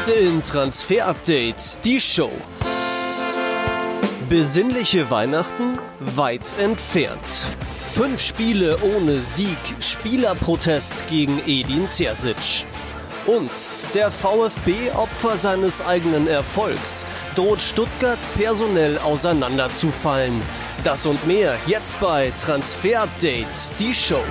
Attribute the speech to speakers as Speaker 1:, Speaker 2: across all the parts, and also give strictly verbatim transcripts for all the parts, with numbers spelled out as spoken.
Speaker 1: Heute in Transfer Update die Show. Besinnliche Weihnachten? Weit entfernt. Fünf Spiele ohne Sieg, Spielerprotest gegen Edin Terzic. Und der VfB Opfer seines eigenen Erfolgs. Droht Stuttgart personell auseinanderzufallen. Das und mehr jetzt bei Transfer Update die Show.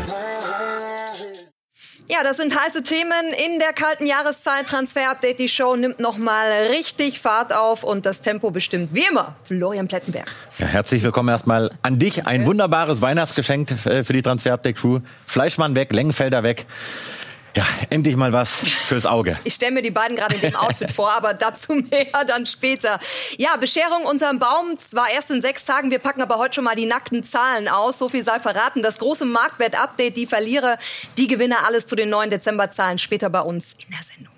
Speaker 2: Ja, das sind heiße Themen in der kalten Jahreszeit. Transfer Update, die Show nimmt nochmal richtig Fahrt auf und das Tempo bestimmt wie immer Florian Plettenberg.
Speaker 3: Ja, herzlich willkommen erstmal an dich. Ein wunderbares Weihnachtsgeschenk für die Transfer Update Crew. Fleischmann weg, Lengenfelder weg. Ja, endlich mal was fürs Auge.
Speaker 2: Ich stelle mir die beiden gerade in dem Outfit vor, aber dazu mehr dann später. Ja, Bescherung unterm Baum, zwar erst in sechs Tagen, wir packen aber heute schon mal die nackten Zahlen aus. So viel sei verraten. Das große Marktwert-Update, die Verlierer, die Gewinner, alles zu den neuen Dezemberzahlen später bei uns in der Sendung.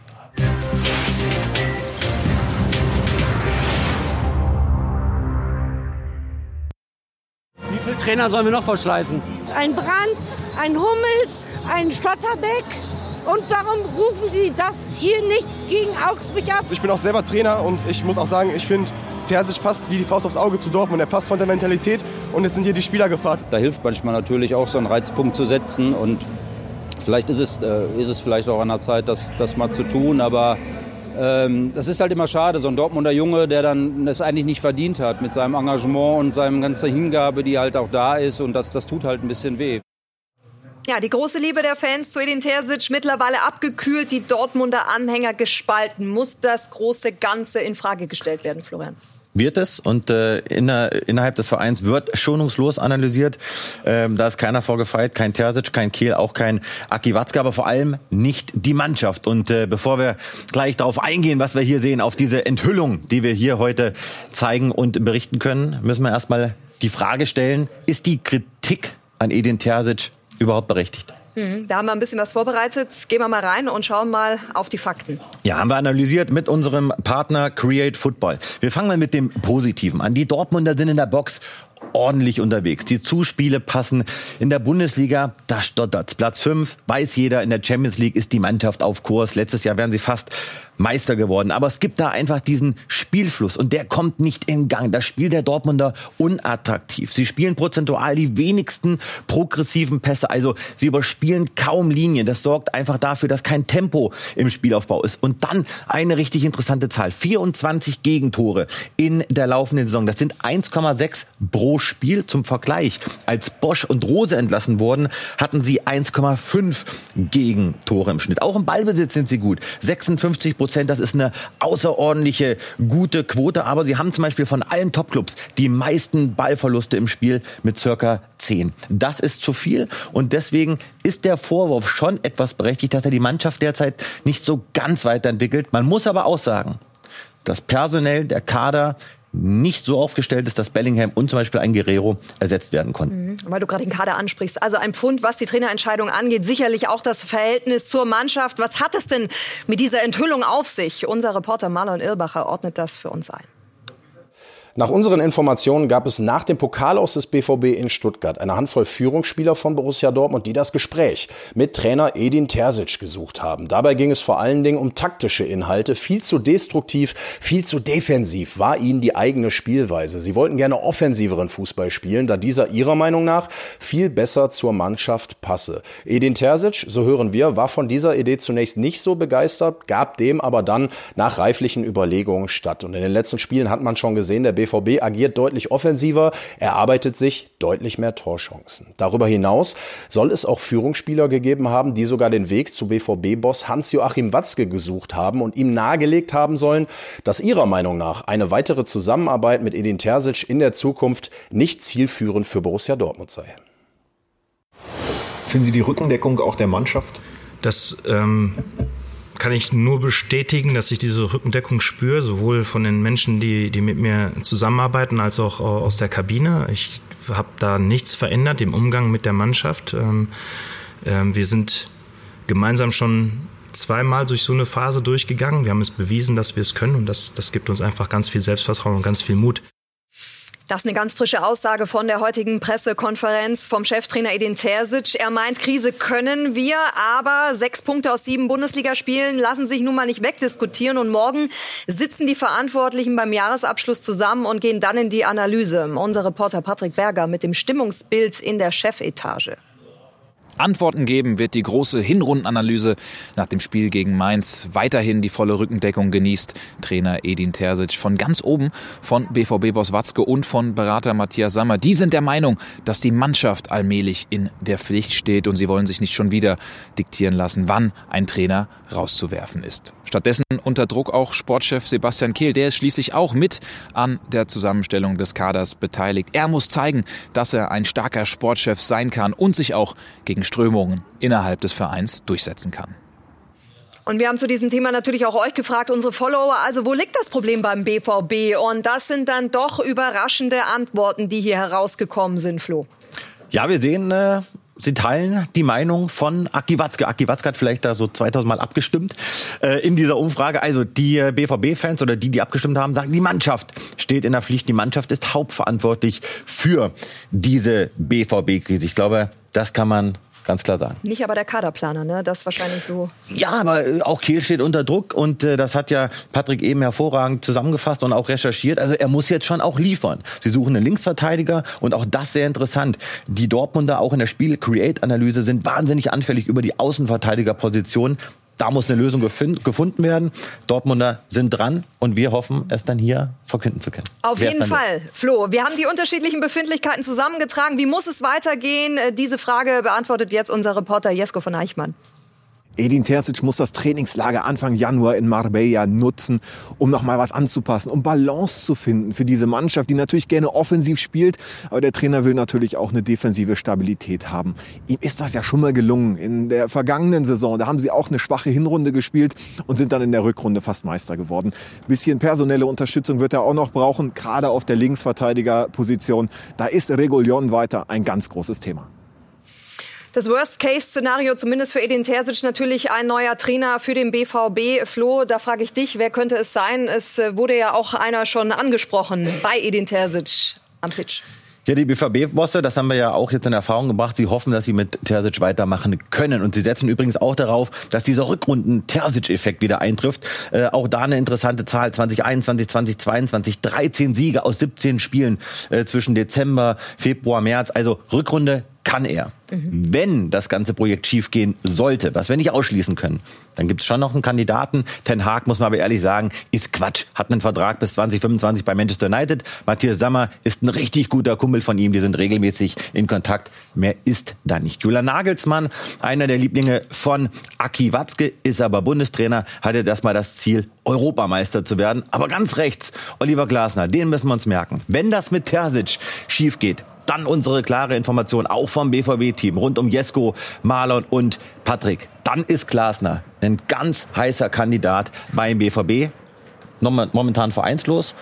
Speaker 4: Wie viele Trainer sollen wir noch verschleißen?
Speaker 5: Ein Brandt, ein Hummels, ein Schlotterbeck. Und warum rufen Sie das hier nicht gegen Augsburg ab?
Speaker 6: Ich bin auch selber Trainer und ich muss auch sagen, ich finde, Terzic passt wie die Faust aufs Auge zu Dortmund. Er passt von der Mentalität und es sind hier die Spieler gefragt.
Speaker 7: Da hilft manchmal natürlich auch so einen Reizpunkt zu setzen und vielleicht ist es, äh, ist es vielleicht auch an der Zeit, das, das mal zu tun, aber ähm, das ist halt immer schade, so ein Dortmunder Junge, der dann das eigentlich nicht verdient hat mit seinem Engagement und seinem ganzen Hingabe, die halt auch da ist und das, das tut halt ein bisschen weh.
Speaker 2: Ja, die große Liebe der Fans zu Edin Terzic mittlerweile abgekühlt, die Dortmunder Anhänger gespalten. Muss das große Ganze in Frage gestellt werden, Florian?
Speaker 3: Wird es und äh, inner, innerhalb des Vereins wird schonungslos analysiert. Ähm, da ist keiner vorgefeit, kein Terzic, kein Kehl, auch kein Aki Watzke, aber vor allem nicht die Mannschaft. Und äh, bevor wir gleich darauf eingehen, was wir hier sehen, auf diese Enthüllung, die wir hier heute zeigen und berichten können, müssen wir erstmal die Frage stellen, ist die Kritik an Edin Terzic überhaupt berechtigt?
Speaker 2: Mhm, da haben wir ein bisschen was vorbereitet. Gehen wir mal rein und schauen mal auf die Fakten.
Speaker 3: Ja, haben wir analysiert mit unserem Partner Create Football. Wir fangen mal mit dem Positiven an. Die Dortmunder sind in der Box ordentlich unterwegs. Die Zuspiele passen. In der Bundesliga, da stottert's. Platz fünf, weiß jeder, in der Champions League ist die Mannschaft auf Kurs. Letztes Jahr wären sie fast Meister geworden. Aber es gibt da einfach diesen Spielfluss und der kommt nicht in Gang. Das Spiel der Dortmunder unattraktiv. Sie spielen prozentual die wenigsten progressiven Pässe. Also sie überspielen kaum Linien. Das sorgt einfach dafür, dass kein Tempo im Spielaufbau ist. Und dann eine richtig interessante Zahl. vierundzwanzig Gegentore in der laufenden Saison. Das sind eins Komma sechs pro Spiel. Zum Vergleich. Als Bosch und Rose entlassen wurden, hatten sie eins Komma fünf Gegentore im Schnitt. Auch im Ballbesitz sind sie gut. sechsundfünfzig Prozent. Das ist eine außerordentliche gute Quote. Aber sie haben zum Beispiel von allen Topclubs die meisten Ballverluste im Spiel mit circa zehn. Das ist zu viel. Und deswegen ist der Vorwurf schon etwas berechtigt, dass er die Mannschaft derzeit nicht so ganz weiterentwickelt. Man muss aber auch sagen, dass personell der Kader nicht so aufgestellt ist, dass Bellingham und zum Beispiel ein Guerrero ersetzt werden konnten.
Speaker 2: Mhm, weil du gerade den Kader ansprichst. Also ein Pfund, was die Trainerentscheidung angeht. Sicherlich auch das Verhältnis zur Mannschaft. Was hat es denn mit dieser Enthüllung auf sich? Unser Reporter Marlon Irlbacher ordnet das für uns ein.
Speaker 8: Nach unseren Informationen gab es nach dem Pokalaus des B V B in Stuttgart eine Handvoll Führungsspieler von Borussia Dortmund, die das Gespräch mit Trainer Edin Terzic gesucht haben. Dabei ging es vor allen Dingen um taktische Inhalte. Viel zu destruktiv, viel zu defensiv war ihnen die eigene Spielweise. Sie wollten gerne offensiveren Fußball spielen, da dieser ihrer Meinung nach viel besser zur Mannschaft passe. Edin Terzic, so hören wir, war von dieser Idee zunächst nicht so begeistert, gab dem aber dann nach reiflichen Überlegungen statt. Und in den letzten Spielen hat man schon gesehen, der B V B agiert deutlich offensiver, erarbeitet sich deutlich mehr Torchancen. Darüber hinaus soll es auch Führungsspieler gegeben haben, die sogar den Weg zu B V B-Boss Hans-Joachim Watzke gesucht haben und ihm nahegelegt haben sollen, dass ihrer Meinung nach eine weitere Zusammenarbeit mit Edin Terzic in der Zukunft nicht zielführend für Borussia Dortmund sei.
Speaker 9: Finden Sie die Rückendeckung auch der Mannschaft?
Speaker 10: Das ähm kann ich nur bestätigen, dass ich diese Rückendeckung spüre, sowohl von den Menschen, die, die mit mir zusammenarbeiten, als auch aus der Kabine. Ich habe da nichts verändert im Umgang mit der Mannschaft. Ähm, ähm, wir sind gemeinsam schon zweimal durch so eine Phase durchgegangen. Wir haben es bewiesen, dass wir es können und das, das gibt uns einfach ganz viel Selbstvertrauen und ganz viel Mut.
Speaker 2: Das ist eine ganz frische Aussage von der heutigen Pressekonferenz vom Cheftrainer Edin Terzic. Er meint, Krise können wir, aber sechs Punkte aus sieben Bundesligaspielen lassen sich nun mal nicht wegdiskutieren. Und morgen sitzen die Verantwortlichen beim Jahresabschluss zusammen und gehen dann in die Analyse. Unser Reporter Patrick Berger mit dem Stimmungsbild in der Chefetage.
Speaker 11: Antworten geben wird die große Hinrundenanalyse nach dem Spiel gegen Mainz. Weiterhin die volle Rückendeckung genießt Trainer Edin Terzic von ganz oben, von B V B-Boss Watzke und von Berater Matthias Sammer. Die sind der Meinung, dass die Mannschaft allmählich in der Pflicht steht und sie wollen sich nicht schon wieder diktieren lassen, wann ein Trainer rauszuwerfen ist. Stattdessen unter Druck auch Sportchef Sebastian Kehl. Der ist schließlich auch mit an der Zusammenstellung des Kaders beteiligt. Er muss zeigen, dass er ein starker Sportchef sein kann und sich auch gegen Strömungen innerhalb des Vereins durchsetzen kann.
Speaker 2: Und wir haben zu diesem Thema natürlich auch euch gefragt, unsere Follower. Also wo liegt das Problem beim B V B? Und das sind dann doch überraschende Antworten, die hier herausgekommen sind, Flo.
Speaker 3: Ja, wir sehen... Äh Sie teilen die Meinung von Aki Watzke. Aki Watzke hat vielleicht da so zweitausend Mal abgestimmt äh, in dieser Umfrage. Also die äh, B V B-Fans oder die, die abgestimmt haben, sagen, die Mannschaft steht in der Pflicht. Die Mannschaft ist hauptverantwortlich für diese B V B-Krise. Ich glaube, das kann man ganz klar sagen.
Speaker 2: Nicht aber der Kaderplaner, ne? Das ist wahrscheinlich so.
Speaker 3: Ja, aber auch Kehl steht unter Druck und äh, das hat ja Patrick eben hervorragend zusammengefasst und auch recherchiert. Also er muss jetzt schon auch liefern. Sie suchen einen Linksverteidiger und auch das sehr interessant. Die Dortmunder auch in der Spiel-Create-Analyse sind wahnsinnig anfällig über die Außenverteidigerposition. Da muss eine Lösung gefunden werden. Dortmunder sind dran und wir hoffen, es dann hier verkünden zu können.
Speaker 2: Auf jeden Fall. Flo, wir haben die unterschiedlichen Befindlichkeiten zusammengetragen. Wie muss es weitergehen? Diese Frage beantwortet jetzt unser Reporter Jesko von Eichmann.
Speaker 12: Edin Terzic muss das Trainingslager Anfang Januar in Marbella nutzen, um noch mal was anzupassen, um Balance zu finden für diese Mannschaft, die natürlich gerne offensiv spielt, aber der Trainer will natürlich auch eine defensive Stabilität haben. Ihm ist das ja schon mal gelungen in der vergangenen Saison. Da haben sie auch eine schwache Hinrunde gespielt und sind dann in der Rückrunde fast Meister geworden. Ein bisschen personelle Unterstützung wird er auch noch brauchen, gerade auf der Linksverteidigerposition. Da ist Reguilón weiter ein ganz großes Thema.
Speaker 2: Das Worst-Case-Szenario, zumindest für Edin Terzic, natürlich ein neuer Trainer für den B V B. Flo, da frage ich dich, wer könnte es sein? Es wurde ja auch einer schon angesprochen bei Edin Terzic am Pitch.
Speaker 3: Ja, die B V B-Bosse, das haben wir ja auch jetzt in Erfahrung gebracht, sie hoffen, dass sie mit Terzic weitermachen können. Und sie setzen übrigens auch darauf, dass dieser Rückrunden-Terzic-Effekt wieder eintrifft. Äh, auch da eine interessante Zahl, zwanzig einundzwanzig, zwanzig zweiundzwanzig, dreizehn Siege aus siebzehn Spielen äh, zwischen Dezember, Februar, März. Also Rückrunde kann er. Mhm. Wenn das ganze Projekt schiefgehen sollte, was wir nicht ausschließen können, dann gibt es schon noch einen Kandidaten. Ten Hag, muss man aber ehrlich sagen, ist Quatsch. Hat einen Vertrag bis zwanzig fünfundzwanzig bei Manchester United. Matthias Sammer ist ein richtig guter Kumpel von ihm. Die sind regelmäßig in Kontakt. Mehr ist da nicht. Julian Nagelsmann, einer der Lieblinge von Aki Watzke, ist aber Bundestrainer, hatte erstmal das Ziel, Europameister zu werden. Aber ganz rechts, Oliver Glasner, den müssen wir uns merken. Wenn das mit Terzic schief geht, dann unsere klare Information, auch vom B V B-Team, rund um Jesko, Marlon und Patrick. Dann ist Glasner ein ganz heißer Kandidat beim B V B, momentan vereinslos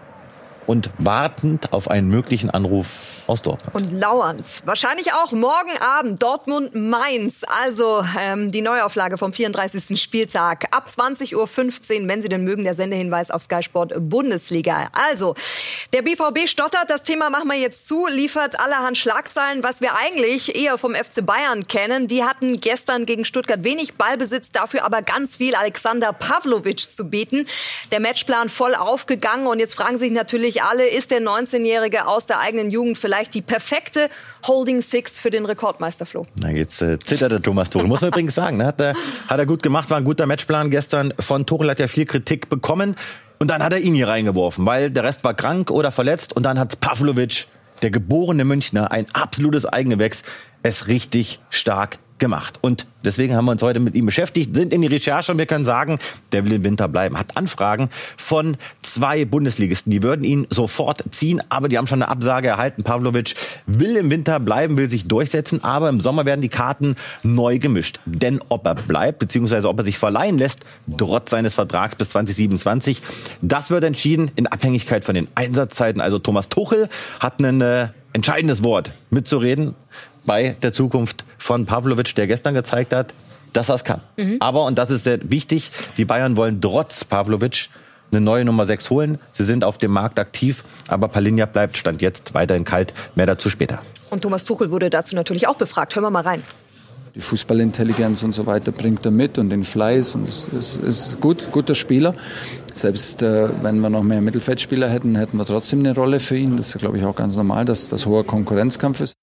Speaker 3: und wartend auf einen möglichen Anruf aus Dortmund.
Speaker 2: Und lauernd. Wahrscheinlich auch morgen Abend Dortmund-Mainz. Also ähm, die Neuauflage vom vierunddreißigsten Spieltag. Ab zwanzig Uhr fünfzehn, wenn Sie denn mögen, der Sendehinweis auf Sky Sport Bundesliga. Also, der B V B stottert, das Thema machen wir jetzt zu, liefert allerhand Schlagzeilen, was wir eigentlich eher vom F C Bayern kennen. Die hatten gestern gegen Stuttgart wenig Ballbesitz, dafür aber ganz viel Alexander Pavlovic zu bieten. Der Matchplan voll aufgegangen und jetzt fragen sich natürlich alle, ist der neunzehnjährige aus der eigenen Jugend vielleicht die perfekte Holding Six für den Rekordmeister Flo?
Speaker 3: Na, jetzt äh, zittert der Thomas Tuchel. Muss man übrigens sagen, ne? hat, er, hat er gut gemacht, war ein guter Matchplan gestern von Tuchel, hat ja viel Kritik bekommen. Und dann hat er ihn hier reingeworfen, weil der Rest war krank oder verletzt. Und dann hat Pavlovic, der geborene Münchner, ein absolutes Eigengewächs, es richtig stark gemacht. Und deswegen haben wir uns heute mit ihm beschäftigt, sind in die Recherche und wir können sagen, der will im Winter bleiben. Hat Anfragen von zwei Bundesligisten, die würden ihn sofort ziehen, aber die haben schon eine Absage erhalten. Pavlovic will im Winter bleiben, will sich durchsetzen, aber im Sommer werden die Karten neu gemischt. Denn ob er bleibt, beziehungsweise ob er sich verleihen lässt, trotz seines Vertrags bis zwanzig siebenundzwanzig, das wird entschieden in Abhängigkeit von den Einsatzzeiten. Also Thomas Tuchel hat ein äh, entscheidendes Wort mitzureden bei der Zukunft von Pavlovic, der gestern gezeigt hat, dass er es kann. Mhm. Aber, und das ist sehr wichtig, die Bayern wollen trotz Pavlovic eine neue Nummer sechs holen. Sie sind auf dem Markt aktiv, aber Palhinha bleibt Stand jetzt weiterhin kalt. Mehr dazu später.
Speaker 2: Und Thomas Tuchel wurde dazu natürlich auch befragt. Hören wir mal rein.
Speaker 13: Die Fußballintelligenz und so weiter bringt er mit und den Fleiß und es ist, ist gut, guter Spieler. Selbst äh, wenn wir noch mehr Mittelfeldspieler hätten, hätten wir trotzdem eine Rolle für ihn. Das ist, glaube ich, auch ganz normal, dass das hoher Konkurrenzkampf ist.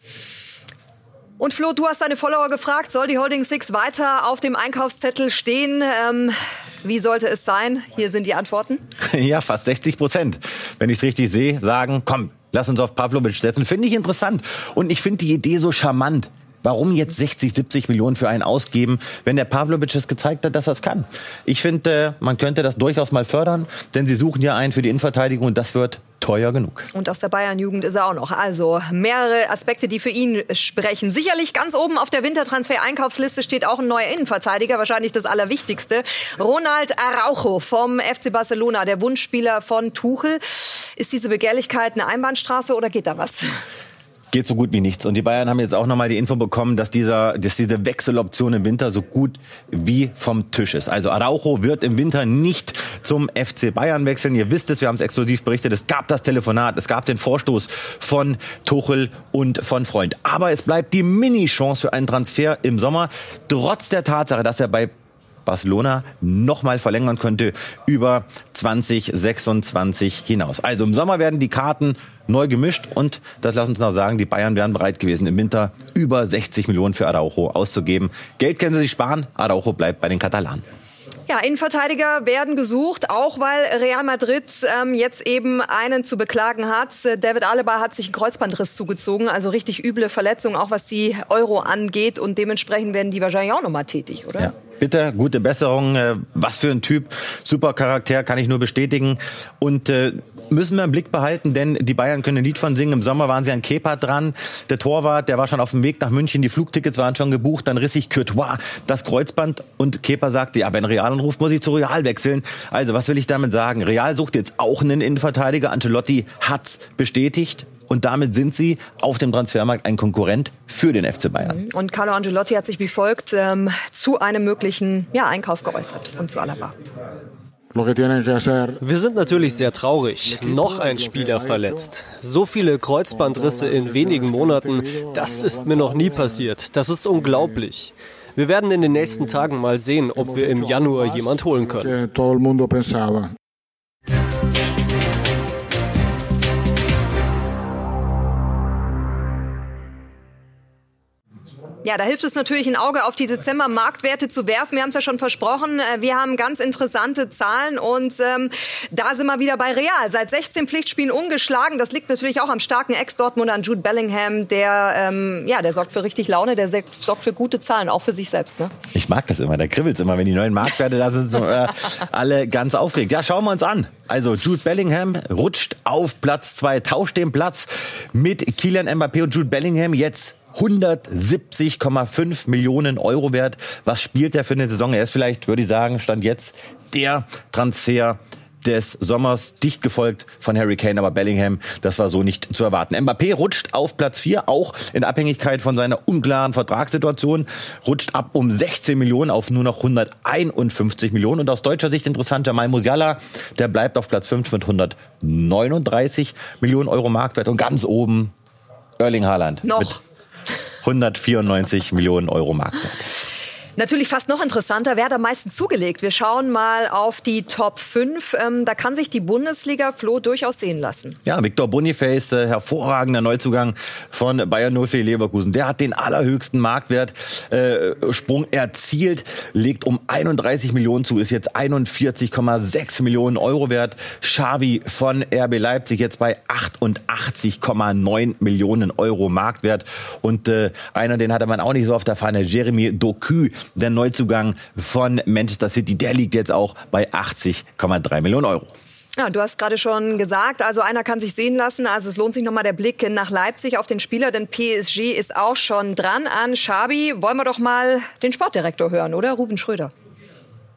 Speaker 2: Und Flo, du hast deine Follower gefragt, soll die Holding Six weiter auf dem Einkaufszettel stehen? Ähm, wie sollte es sein? Hier sind die Antworten.
Speaker 3: Ja, fast sechzig Prozent. Wenn ich es richtig sehe, sagen, komm, lass uns auf Pavlovic setzen. Finde ich interessant. Und ich finde die Idee so charmant. Warum jetzt sechzig, siebzig Millionen für einen ausgeben, wenn der Pavlovic es gezeigt hat, dass er es kann? Ich finde, man könnte das durchaus mal fördern, denn sie suchen ja einen für die Innenverteidigung und das wird teuer genug.
Speaker 2: Und aus der Bayern-Jugend ist er auch noch. Also mehrere Aspekte, die für ihn sprechen. Sicherlich ganz oben auf der Wintertransfer-Einkaufsliste steht auch ein neuer Innenverteidiger, wahrscheinlich das Allerwichtigste. Ronald Araujo vom F C Barcelona, der Wunschspieler von Tuchel. Ist diese Begehrlichkeit eine Einbahnstraße oder geht da was?
Speaker 3: Geht so gut wie nichts. Und die Bayern haben jetzt auch nochmal die Info bekommen, dass, dieser, dass diese Wechseloption im Winter so gut wie vom Tisch ist. Also Araujo wird im Winter nicht zum F C Bayern wechseln. Ihr wisst es, wir haben es exklusiv berichtet. Es gab das Telefonat, es gab den Vorstoß von Tuchel und von Freund. Aber es bleibt die Mini-Chance für einen Transfer im Sommer. Trotz der Tatsache, dass er bei Barcelona nochmal verlängern könnte über zwanzig sechsundzwanzig hinaus. Also im Sommer werden die Karten neu gemischt und, das lass uns noch sagen, die Bayern wären bereit gewesen, im Winter über sechzig Millionen für Araujo auszugeben. Geld können sie sich sparen, Araujo bleibt bei den Katalanen.
Speaker 2: Ja, Innenverteidiger werden gesucht, auch weil Real Madrid ähm, jetzt eben einen zu beklagen hat. David Alaba hat sich einen Kreuzbandriss zugezogen, also richtig üble Verletzung, auch was die Euro angeht. Und dementsprechend werden die wahrscheinlich auch nochmal tätig, oder?
Speaker 3: Ja. Bitte, gute Besserung. Was für ein Typ. Super Charakter, kann ich nur bestätigen. Und äh, müssen wir im Blick behalten, denn die Bayern können ein Lied von singen. Im Sommer waren sie an Kepa dran. Der Torwart, der war schon auf dem Weg nach München. Die Flugtickets waren schon gebucht. Dann riss sich Courtois das Kreuzband. Und Kepa sagte, ja, wenn Real anruft, muss ich zu Real wechseln. Also, was will ich damit sagen? Real sucht jetzt auch einen Innenverteidiger. Ancelotti hat's bestätigt. Und damit sind sie auf dem Transfermarkt ein Konkurrent für den F C Bayern.
Speaker 2: Und Carlo Ancelotti hat sich wie folgt ähm, zu einem möglichen ja, Einkauf geäußert und zu Alaba.
Speaker 1: Wir sind natürlich sehr traurig. Noch ein Spieler verletzt. So viele Kreuzbandrisse in wenigen Monaten, das ist mir noch nie passiert. Das ist unglaublich. Wir werden in den nächsten Tagen mal sehen, ob wir im Januar jemand holen können.
Speaker 2: Ja, da hilft es natürlich, ein Auge auf die Dezember-Marktwerte zu werfen. Wir haben es ja schon versprochen, wir haben ganz interessante Zahlen und ähm, da sind wir wieder bei Real. Seit sechzehn Pflichtspielen ungeschlagen. Das liegt natürlich auch am starken Ex-Dortmunder an Jude Bellingham. Der, ähm, ja, der sorgt für richtig Laune, der sorgt für gute Zahlen, auch für sich selbst. Ne?
Speaker 3: Ich mag das immer, da kribbelt's immer, wenn die neuen Marktwerte da sind, so, äh, alle ganz aufgeregt. Ja, schauen wir uns an. Also Jude Bellingham rutscht auf Platz zwei, tauscht den Platz mit Kylian Mbappé und Jude Bellingham jetzt hundertsiebzig Komma fünf Millionen Euro wert. Was spielt er für eine Saison? Er ist vielleicht, würde ich sagen, Stand jetzt der Transfer des Sommers, dicht gefolgt von Harry Kane, aber Bellingham, das war so nicht zu erwarten. Mbappé rutscht auf Platz vier, auch in Abhängigkeit von seiner unklaren Vertragssituation, rutscht ab um sechzehn Millionen auf nur noch hunderteinundfünfzig Millionen. Und aus deutscher Sicht interessant, Jamal Musiala, der bleibt auf Platz fünf mit hundertneununddreißig Millionen Euro Marktwert. Und ganz oben Erling Haaland.
Speaker 2: Noch.
Speaker 3: Mit hundertvierundneunzig Millionen Euro Marktwert.
Speaker 2: Natürlich fast noch interessanter, wer hat am meisten zugelegt? Wir schauen mal auf die Top fünf. Ähm, da kann sich die Bundesliga, Flo, durchaus sehen lassen.
Speaker 3: Ja, Victor Boniface, äh, hervorragender Neuzugang von Bayern null vier Leverkusen. Der hat den allerhöchsten Marktwert äh, Sprung erzielt, legt um einunddreißig Millionen zu, ist jetzt einundvierzig Komma sechs Millionen Euro wert. Xavi von R B Leipzig jetzt bei achtundachtzig Komma neun Millionen Euro Marktwert. Und äh, einer, den hatte man auch nicht so auf der Fahne, Jeremy Doku, der Neuzugang von Manchester City, der liegt jetzt auch bei achtzig Komma drei Millionen Euro.
Speaker 2: Ja, du hast gerade schon gesagt, also einer kann sich sehen lassen. Also es lohnt sich nochmal der Blick nach Leipzig auf den Spieler, denn P S G ist auch schon dran an Xabi. Wollen wir doch mal den Sportdirektor hören, oder? Ruven Schröder.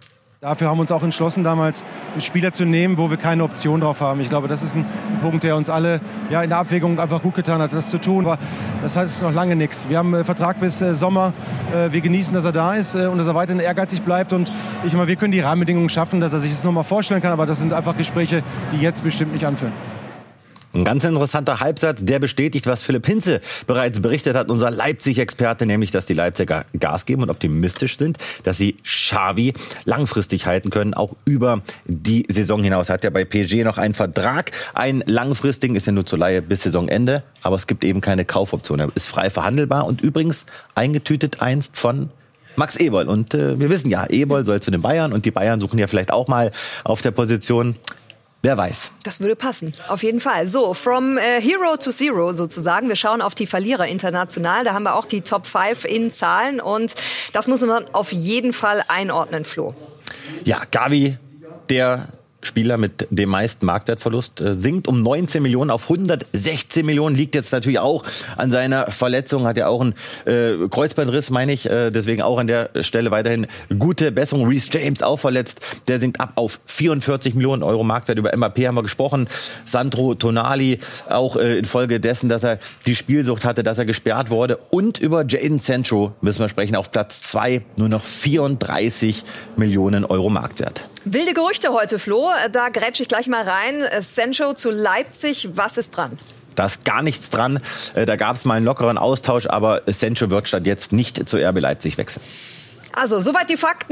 Speaker 14: Dafür haben wir uns auch entschlossen, damals einen Spieler zu nehmen, wo wir keine Option drauf haben. Ich glaube, das ist ein, ein Punkt, der uns alle ja, in der Abwägung einfach gut getan hat, das zu tun. Aber das heißt noch lange nichts. Wir haben einen Vertrag bis äh, Sommer. Äh, wir genießen, dass er da ist äh, und dass er weiterhin ehrgeizig bleibt. Und ich meine, wir können die Rahmenbedingungen schaffen, dass er sich das noch mal vorstellen kann. Aber das sind einfach Gespräche, die jetzt bestimmt nicht anführen.
Speaker 3: Ein ganz interessanter Halbsatz, der bestätigt, was Philipp Hinze bereits berichtet hat, unser Leipzig-Experte, nämlich, dass die Leipziger Gas geben und optimistisch sind, dass sie Xavi langfristig halten können, auch über die Saison hinaus. Hat ja bei P S G noch einen Vertrag, einen langfristigen, ist ja nur zur Leihe bis Saisonende, aber es gibt eben keine Kaufoption. Er ist frei verhandelbar und übrigens eingetütet einst von Max Eberl. Und äh, wir wissen ja, Eberl soll zu den Bayern und die Bayern suchen ja vielleicht auch mal auf der Position. Wer weiß.
Speaker 2: Das würde passen, auf jeden Fall. So, from äh, Hero to Zero sozusagen. Wir schauen auf die Verlierer international. Da haben wir auch die Top fünf in Zahlen. Und das muss man auf jeden Fall einordnen, Flo.
Speaker 3: Ja, Gavi, der Spieler mit dem meisten Marktwertverlust, äh, sinkt um neunzehn Millionen auf hundertsechzehn Millionen. Liegt jetzt natürlich auch an seiner Verletzung. Hat ja auch einen äh, Kreuzbandriss, meine ich. Äh, deswegen auch an der Stelle weiterhin gute Besserung. Reece James auch verletzt. Der sinkt ab auf vierundvierzig Millionen Euro Marktwert. Über Mbappé haben wir gesprochen. Sandro Tonali auch äh, infolge dessen, dass er die Spielsucht hatte, dass er gesperrt wurde. Und über Jadon Sancho müssen wir sprechen. Auf Platz zwei nur noch vierunddreißig Millionen Euro Marktwert.
Speaker 2: Wilde Gerüchte heute, Flo. Da grätsch ich gleich mal rein. Sancho zu Leipzig. Was ist dran?
Speaker 3: Da ist gar nichts dran. Da gab es mal einen lockeren Austausch, aber Sancho wird statt jetzt nicht zu R B Leipzig wechseln.
Speaker 2: Also, soweit die Fakten.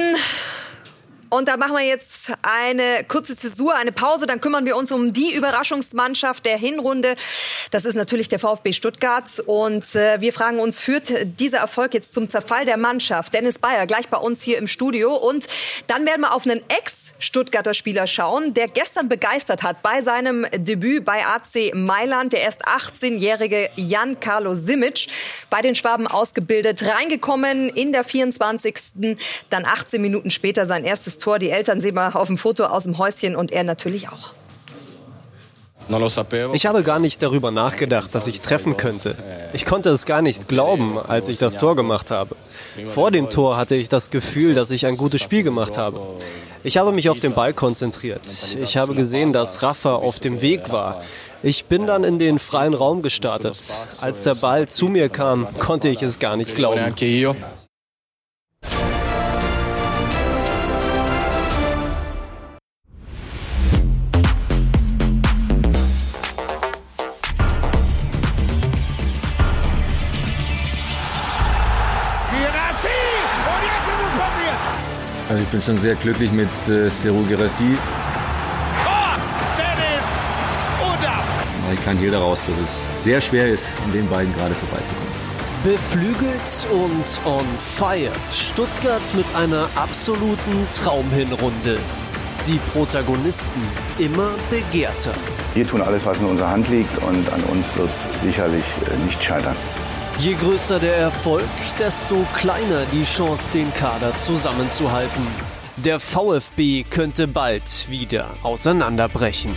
Speaker 2: Und da machen wir jetzt eine kurze Zäsur, eine Pause. Dann kümmern wir uns um die Überraschungsmannschaft der Hinrunde. Das ist natürlich der VfB Stuttgart. Und äh, wir fragen uns, führt dieser Erfolg jetzt zum Zerfall der Mannschaft? Dennis Bayer gleich bei uns hier im Studio. Und dann werden wir auf einen Ex-Stuttgarter Spieler schauen, der gestern begeistert hat bei seinem Debüt bei A C Mailand. Der erst achtzehnjährige Jan-Carlo Simic, bei den Schwaben ausgebildet, reingekommen in der vierundzwanzigsten Dann achtzehn Minuten später sein erstes Tor. Die Eltern sehen wir auf dem Foto aus dem Häuschen und er natürlich auch.
Speaker 1: Ich habe gar nicht darüber nachgedacht, dass ich treffen könnte. Ich konnte es gar nicht glauben, als ich das Tor gemacht habe. Vor dem Tor hatte ich das Gefühl, dass ich ein gutes Spiel gemacht habe. Ich habe mich auf den Ball konzentriert. Ich habe gesehen, dass Rafa auf dem Weg war. Ich bin dann in den freien Raum gestartet. Als der Ball zu mir kam, konnte ich es gar nicht glauben.
Speaker 15: Also ich bin schon sehr glücklich mit äh, Serhou Guirassy.
Speaker 16: Tor! Dennis! Undaff!
Speaker 15: Ich kann hier daraus, dass es sehr schwer ist, an den beiden gerade vorbeizukommen.
Speaker 1: Beflügelt und on fire. Stuttgart mit einer absoluten Traumhinrunde. Die Protagonisten immer begehrter.
Speaker 17: Wir tun alles, was in unserer Hand liegt und an uns wird es sicherlich äh, nicht scheitern.
Speaker 1: Je größer der Erfolg, desto kleiner die Chance, den Kader zusammenzuhalten. Der VfB könnte bald wieder auseinanderbrechen.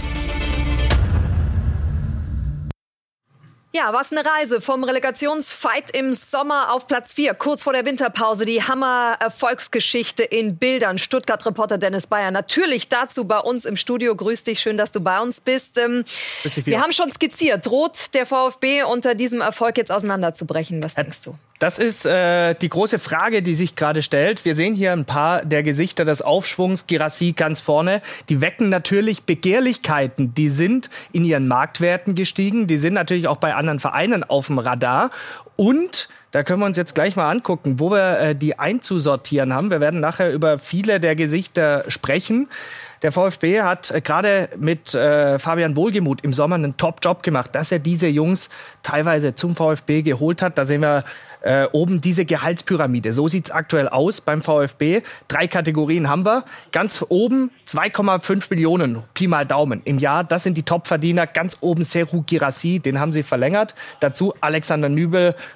Speaker 2: Ja, was eine Reise vom Relegationsfight im Sommer auf Platz vier, kurz vor der Winterpause. Die Hammer-Erfolgsgeschichte in Bildern. Stuttgart-Reporter Dennis Bayer natürlich dazu bei uns im Studio. Grüß dich, schön, dass du bei uns bist. Ähm, wir haben schon skizziert, droht der VfB unter diesem Erfolg jetzt auseinanderzubrechen? Was denkst du?
Speaker 18: Das ist äh, die große Frage, die sich gerade stellt. Wir sehen hier ein paar der Gesichter des Aufschwungs. Guirassy ganz vorne. Die wecken natürlich Begehrlichkeiten. Die sind in ihren Marktwerten gestiegen. Die sind natürlich auch bei anderen Vereinen auf dem Radar. Und da können wir uns jetzt gleich mal angucken, wo wir äh, die einzusortieren haben. Wir werden nachher über viele der Gesichter sprechen. Der VfB hat äh, gerade mit äh, Fabian Wohlgemuth im Sommer einen Top-Job gemacht, dass er diese Jungs teilweise zum VfB geholt hat. Da sehen wir Äh, oben diese Gehaltspyramide. So sieht's aktuell aus beim VfB. Drei Kategorien haben wir. Ganz oben zwei Komma fünf Millionen, Pi mal Daumen, im Jahr. Das sind die Topverdiener. Ganz oben Serhou Guirassy, den haben sie verlängert. Dazu Alexander Nübel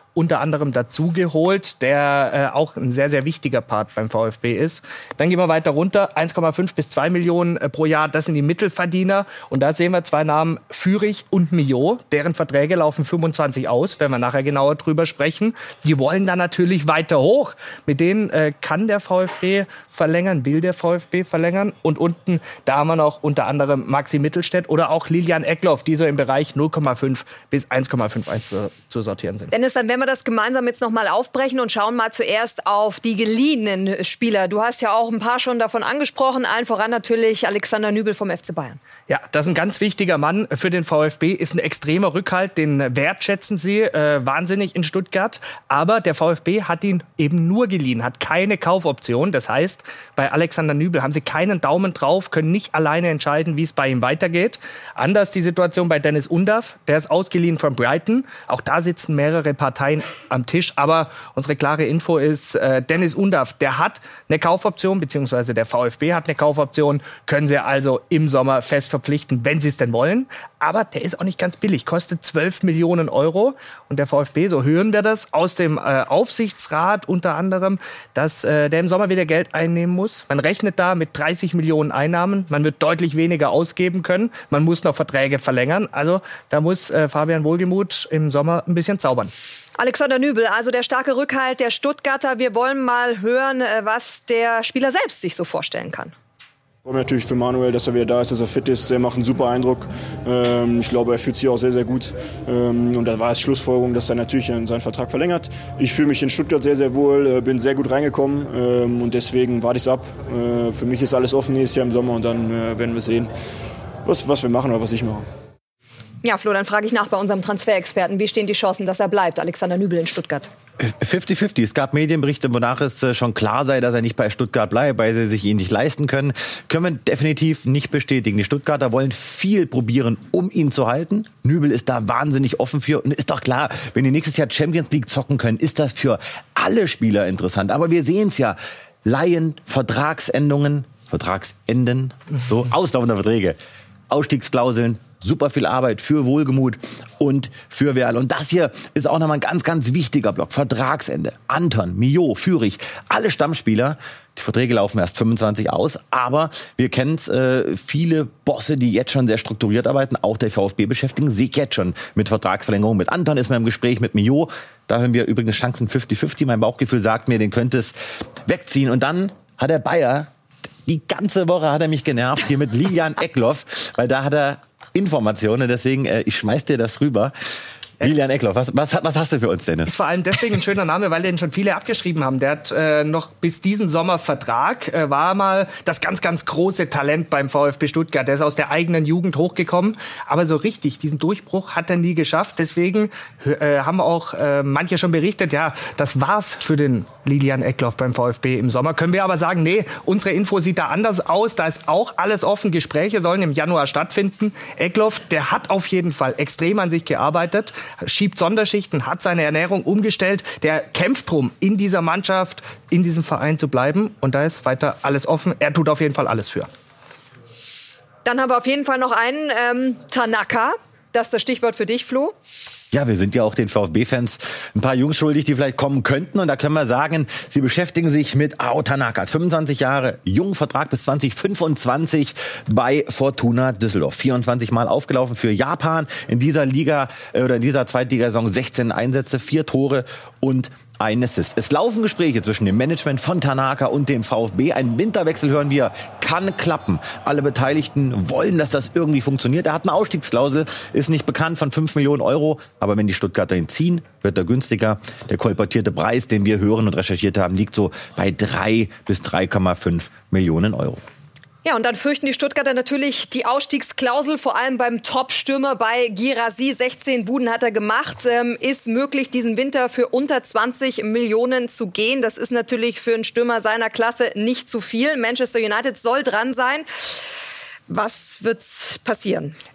Speaker 18: unter anderem dazugeholt, der äh, auch ein sehr, sehr wichtiger Part beim VfB ist. Dann gehen wir weiter runter, eins Komma fünf bis zwei Millionen äh, pro Jahr, das sind die Mittelverdiener. Und da sehen wir zwei Namen, Führig und Millot, deren Verträge laufen fünfundzwanzig aus, wenn wir nachher genauer drüber sprechen. Die wollen dann natürlich weiter hoch. Mit denen äh, kann der VfB verlängern, will der VfB verlängern. Und unten, da haben wir noch unter anderem Maxi Mittelstädt oder auch Lilian Eckloff, die so im Bereich null Komma fünf bis eins Komma fünfundfünfzig zu, zu sortieren sind.
Speaker 2: Dennis, dann werden wir das gemeinsam jetzt noch mal aufbrechen und schauen mal zuerst auf die geliehenen Spieler. Du hast ja auch ein paar schon davon angesprochen, allen voran natürlich Alexander Nübel vom F C Bayern.
Speaker 18: Ja, das ist ein ganz wichtiger Mann für den VfB, ist ein extremer Rückhalt, den wertschätzen sie äh, wahnsinnig in Stuttgart. Aber der VfB hat ihn eben nur geliehen, hat keine Kaufoption. Das heißt, bei Alexander Nübel haben sie keinen Daumen drauf, können nicht alleine entscheiden, wie es bei ihm weitergeht. Anders die Situation bei Dennis Undav, der ist ausgeliehen von Brighton. Auch da sitzen mehrere Parteien am Tisch. Aber unsere klare Info ist, äh, Dennis Undav, der hat eine Kaufoption, beziehungsweise der VfB hat eine Kaufoption, können sie also im Sommer fest verpflichten, wenn sie es denn wollen. Aber der ist auch nicht ganz billig, kostet zwölf Millionen Euro. Und der VfB, so hören wir das aus dem äh, Aufsichtsrat unter anderem, dass äh, der im Sommer wieder Geld einnehmen muss. Man rechnet da mit dreißig Millionen Einnahmen. Man wird deutlich weniger ausgeben können. Man muss noch Verträge verlängern. Also da muss äh, Fabian Wohlgemuth im Sommer ein bisschen zaubern.
Speaker 2: Alexander Nübel, also der starke Rückhalt der Stuttgarter. Wir wollen mal hören, was der Spieler selbst sich so vorstellen kann.
Speaker 19: Ich freue mich natürlich für Manuel, dass er wieder da ist, dass er fit ist. Er macht einen super Eindruck. Ich glaube, er fühlt sich auch sehr, sehr gut. Und da war es Schlussfolgerung, dass er natürlich seinen Vertrag verlängert. Ich fühle mich in Stuttgart sehr, sehr wohl, bin sehr gut reingekommen und deswegen warte ich es ab. Für mich ist alles offen nächstes Jahr im Sommer und dann werden wir sehen, was, was wir machen oder was ich mache.
Speaker 2: Ja, Flo, dann frage ich nach bei unserem Transferexperten. Wie stehen die Chancen, dass er bleibt, Alexander Nübel in Stuttgart?
Speaker 3: fünfzig fünfzig. Es gab Medienberichte, wonach es schon klar sei, dass er nicht bei Stuttgart bleibt, weil sie sich ihn nicht leisten können. Können wir definitiv nicht bestätigen. Die Stuttgarter wollen viel probieren, um ihn zu halten. Nübel ist da wahnsinnig offen für. Und ist doch klar, wenn die nächstes Jahr Champions League zocken können, ist das für alle Spieler interessant. Aber wir sehen es ja. Laien, Vertragsendungen, Vertragsenden, so auslaufende Verträge. Ausstiegsklauseln, super viel Arbeit für Wohlgemuth und für Werl. Und das hier ist auch nochmal ein ganz, ganz wichtiger Block. Vertragsende. Anton, Millot, Führig, alle Stammspieler. Die Verträge laufen erst fünfundzwanzig aus. Aber wir kennen es, äh, viele Bosse, die jetzt schon sehr strukturiert arbeiten, auch der VfB beschäftigen sich jetzt schon mit Vertragsverlängerung. Mit Anton ist man im Gespräch, mit Millot. Da hören wir übrigens Chancen fünfzig fünfzig. Mein Bauchgefühl sagt mir, den könnte es wegziehen. Und dann hat der Bayer... Die ganze Woche hat er mich genervt hier mit Lilian Eckloff, weil da hat er Informationen. Deswegen, äh, ich schmeiß dir das rüber. Lilian Eckloff, was, was, was hast du für uns, Dennis?
Speaker 18: Ist vor allem deswegen ein schöner Name, weil den schon viele abgeschrieben haben. Der hat äh, noch bis diesen Sommer Vertrag, äh, war mal das ganz, ganz große Talent beim VfB Stuttgart. Der ist aus der eigenen Jugend hochgekommen, aber so richtig, diesen Durchbruch hat er nie geschafft. Deswegen äh, haben auch äh, manche schon berichtet, ja, das war's für den Lilian Eckloff beim VfB im Sommer. Können wir aber sagen, nee, unsere Info sieht da anders aus. Da ist auch alles offen. Gespräche sollen im Januar stattfinden. Eckloff, der hat auf jeden Fall extrem an sich gearbeitet, schiebt Sonderschichten, hat seine Ernährung umgestellt. Der kämpft drum, in dieser Mannschaft, in diesem Verein zu bleiben. Und da ist weiter alles offen. Er tut auf jeden Fall alles für.
Speaker 2: Dann haben wir auf jeden Fall noch einen, ähm, Tanaka. Das ist das Stichwort für dich, Flo.
Speaker 3: Ja, wir sind ja auch den VfB-Fans ein paar Jungs schuldig, die vielleicht kommen könnten. Und da können wir sagen, sie beschäftigen sich mit Ao Tanaka. fünfundzwanzig Jahre, jungen Vertrag bis zwanzig fünfundzwanzig bei Fortuna Düsseldorf. vierundzwanzig Mal aufgelaufen für Japan. In dieser Liga oder in dieser Zweitligasaison sechzehn Einsätze, vier Tore und ein Assist. Es laufen Gespräche zwischen dem Management von Tanaka und dem VfB. Ein Winterwechsel, hören wir, kann klappen. Alle Beteiligten wollen, dass das irgendwie funktioniert. Er hat eine Ausstiegsklausel, ist nicht bekannt, von fünf Millionen Euro. Aber wenn die Stuttgarter ihn ziehen, wird er günstiger. Der kolportierte Preis, den wir hören und recherchiert haben, liegt so bei drei bis drei Komma fünf Millionen Euro.
Speaker 2: Ja, und dann fürchten die Stuttgarter natürlich die Ausstiegsklausel, vor allem beim Top-Stürmer bei Guirassy. sechzehn Buden hat er gemacht. Ähm, ist möglich, diesen Winter für unter zwanzig Millionen zu gehen. Das ist natürlich für einen Stürmer seiner Klasse nicht zu viel. Manchester United soll dran sein. Was wird passieren?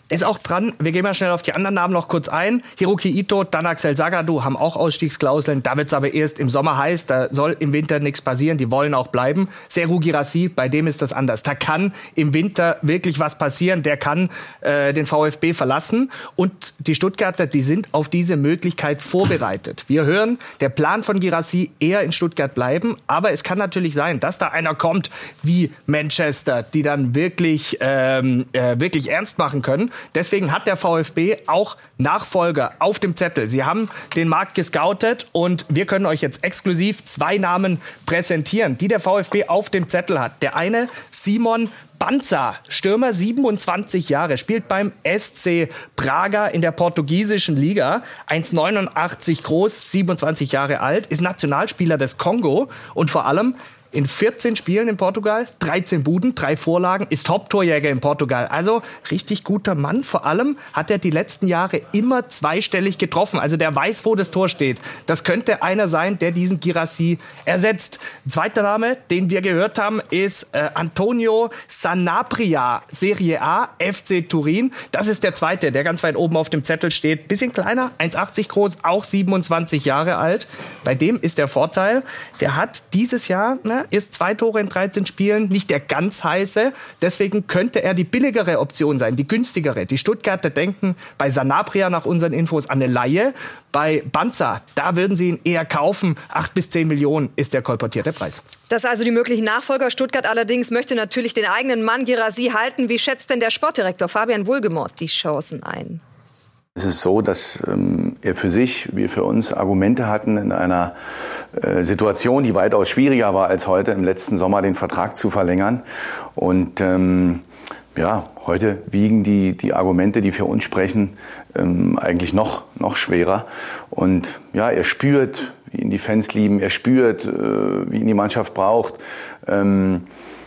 Speaker 18: Ist auch dran. Wir gehen mal schnell auf die anderen Namen noch kurz ein. Hiroki Ito, dann Axel Zagadou haben auch Ausstiegsklauseln. Da wird es aber erst im Sommer heiß. Da soll im Winter nichts passieren. Die wollen auch bleiben. Serhou Guirassy, bei dem ist das anders. Da kann im Winter wirklich was passieren. Der kann äh, den VfB verlassen. Und die Stuttgarter, die sind auf diese Möglichkeit vorbereitet. Wir hören, der Plan von Guirassy eher in Stuttgart bleiben. Aber es kann natürlich sein, dass da einer kommt wie Manchester, die dann wirklich, ähm, äh, wirklich ernst machen können. Deswegen hat der VfB auch Nachfolger auf dem Zettel. Sie haben den Markt gescoutet und wir können euch jetzt exklusiv zwei Namen präsentieren, die der VfB auf dem Zettel hat. Der eine, Simon Banza, Stürmer, siebenundzwanzig Jahre, spielt beim S C Braga in der portugiesischen Liga, eins Komma neunundachtzig groß, siebenundzwanzig Jahre alt, ist Nationalspieler des Kongo und vor allem in vierzehn Spielen in Portugal, dreizehn Buden, drei Vorlagen, ist Top-Torjäger in Portugal. Also richtig guter Mann. Vor allem hat er die letzten Jahre immer zweistellig getroffen. Also der weiß, wo das Tor steht. Das könnte einer sein, der diesen Guirassy ersetzt. Ein zweiter Name, den wir gehört haben, ist äh, Antonio Sanabria, Serie A, F C Turin. Das ist der zweite, der ganz weit oben auf dem Zettel steht. Bisschen kleiner, eins Komma achtzig groß, auch siebenundzwanzig Jahre alt. Bei dem ist der Vorteil, der hat dieses Jahr, ne, ist zwei Tore in dreizehn Spielen, nicht der ganz heiße. Deswegen könnte er die billigere Option sein, die günstigere. Die Stuttgarter denken bei Sanabria nach unseren Infos an eine Leihe. Bei Banza, da würden sie ihn eher kaufen. acht bis zehn Millionen ist der kolportierte Preis.
Speaker 2: Das sind also die möglichen Nachfolger. Stuttgart allerdings möchte natürlich den eigenen Mann Guirassy halten. Wie schätzt denn der Sportdirektor Fabian Wohlgemuth die Chancen ein?
Speaker 17: Es ist so, dass ähm, er für sich, wir für uns Argumente hatten, in einer äh, Situation, die weitaus schwieriger war als heute, im letzten Sommer den Vertrag zu verlängern. Und ähm, ja, heute wiegen die, die Argumente, die für uns sprechen, ähm, eigentlich noch, noch schwerer. Und ja, er spürt, wie ihn die Fans lieben, er spürt, äh, wie ihn die Mannschaft braucht. Ähm,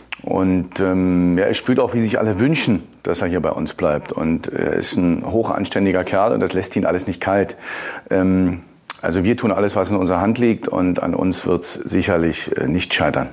Speaker 17: Und ähm, ja, er spürt auch, wie sich alle wünschen, dass er hier bei uns bleibt. Und er ist ein hochanständiger Kerl und das lässt ihn alles nicht kalt. Ähm, also wir tun alles, was in unserer Hand liegt und an uns wird es sicherlich äh, nicht scheitern.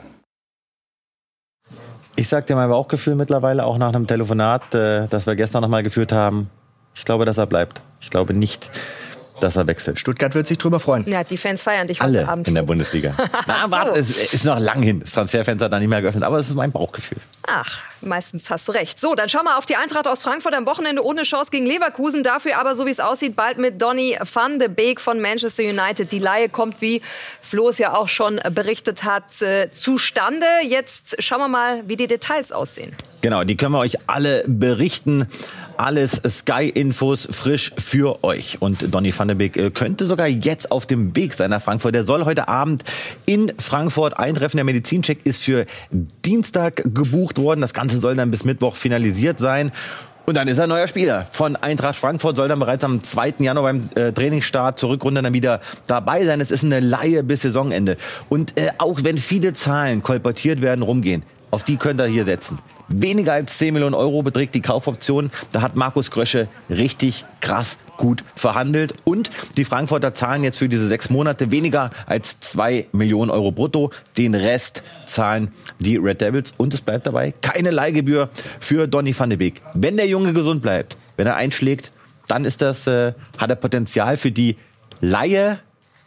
Speaker 3: Ich sag dir mein Bauchgefühl mittlerweile, auch nach einem Telefonat, äh, das wir gestern noch mal geführt haben. Ich glaube, dass er bleibt. Ich glaube nicht, dass er wechselt.
Speaker 18: Stuttgart wird sich drüber freuen.
Speaker 2: Ja, die Fans feiern dich
Speaker 3: Alle
Speaker 2: heute Abend.
Speaker 3: in der Bundesliga. Na,
Speaker 2: so.
Speaker 3: warte, es ist noch lang hin. Das Transferfenster hat da nicht mehr geöffnet, aber es ist mein Bauchgefühl.
Speaker 2: Ach, meistens hast du recht. So, dann schauen wir auf die Eintracht aus Frankfurt am Wochenende ohne Chance gegen Leverkusen. Dafür aber, so wie es aussieht, bald mit Donny van de Beek von Manchester United. Die Leihe kommt, wie Flo es ja auch schon berichtet hat, äh, zustande. Jetzt schauen wir mal, wie die Details aussehen.
Speaker 3: Genau, die können wir euch alle berichten. Alles Sky-Infos frisch für euch. Und Donny van de Beek könnte sogar jetzt auf dem Weg sein nach Frankfurt. Der soll heute Abend in Frankfurt eintreffen. Der Medizincheck ist für Dienstag gebucht worden. Das Ganze soll dann bis Mittwoch finalisiert sein. Und dann ist er neuer Spieler von Eintracht Frankfurt, soll dann bereits am zweiten Januar beim äh, Trainingsstart zur Rückrunde dann wieder dabei sein. Es ist eine Leihe bis Saisonende. Und äh, auch wenn viele Zahlen kolportiert werden, rumgehen, auf die könnt ihr hier setzen. Weniger als zehn Millionen Euro beträgt die Kaufoption. Da hat Markus Krösche richtig krass gut verhandelt. Und die Frankfurter zahlen jetzt für diese sechs Monate weniger als zwei Millionen Euro brutto. Den Rest zahlen die Red Devils. Und es bleibt dabei keine Leihgebühr für Donny van de Beek. Wenn der Junge gesund bleibt, wenn er einschlägt, dann ist das, äh, hat er Potenzial für die Leihe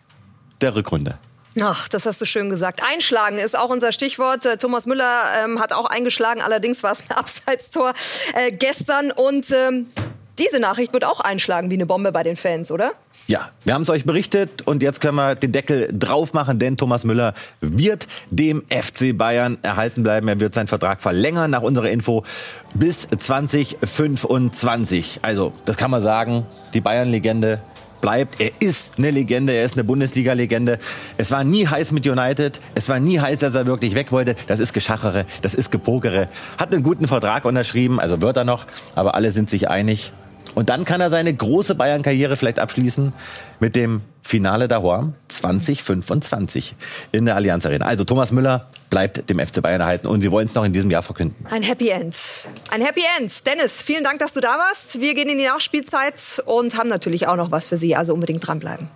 Speaker 3: der Rückrunde.
Speaker 2: Ach, das hast du schön gesagt. Einschlagen ist auch unser Stichwort. Thomas Müller ähm, hat auch eingeschlagen. Allerdings war es ein Abseitstor äh, gestern. Und ähm, diese Nachricht wird auch einschlagen wie eine Bombe bei den Fans, oder?
Speaker 3: Ja, wir haben es euch berichtet und jetzt können wir den Deckel drauf machen, denn Thomas Müller wird dem F C Bayern erhalten bleiben. Er wird seinen Vertrag verlängern, nach unserer Info, bis zwanzig fünfundzwanzig. Also, das kann man sagen, die Bayern-Legende bleibt. Er ist eine Legende, er ist eine Bundesliga-Legende. Es war nie heiß mit United, es war nie heiß, dass er wirklich weg wollte. Das ist Geschachere, das ist Gepokere. Hat einen guten Vertrag unterschrieben, also wird er noch, aber alle sind sich einig. Und dann kann er seine große Bayern-Karriere vielleicht abschließen mit dem Finale daheim zwanzig fünfundzwanzig in der Allianz Arena. Also Thomas Müller bleibt dem F C Bayern erhalten und sie wollen es noch in diesem Jahr verkünden.
Speaker 2: Ein Happy End. Ein Happy End. Dennis, vielen Dank, dass du da warst. Wir gehen in die Nachspielzeit und haben natürlich auch noch was für Sie, also unbedingt dranbleiben.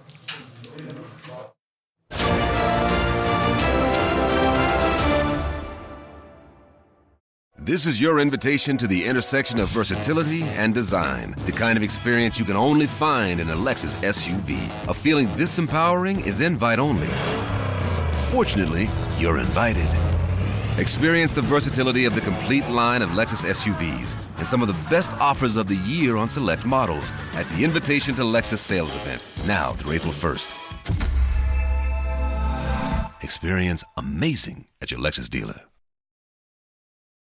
Speaker 20: This is your invitation to the intersection of versatility and design. The kind of experience you can only find in a Lexus S U V. A feeling this empowering is invite only. Fortunately, you're invited. Experience the versatility of the complete line of Lexus S U Vs and some of the best offers of the year on select models at the Invitation to Lexus sales event, now through April first. Experience amazing at your Lexus dealer.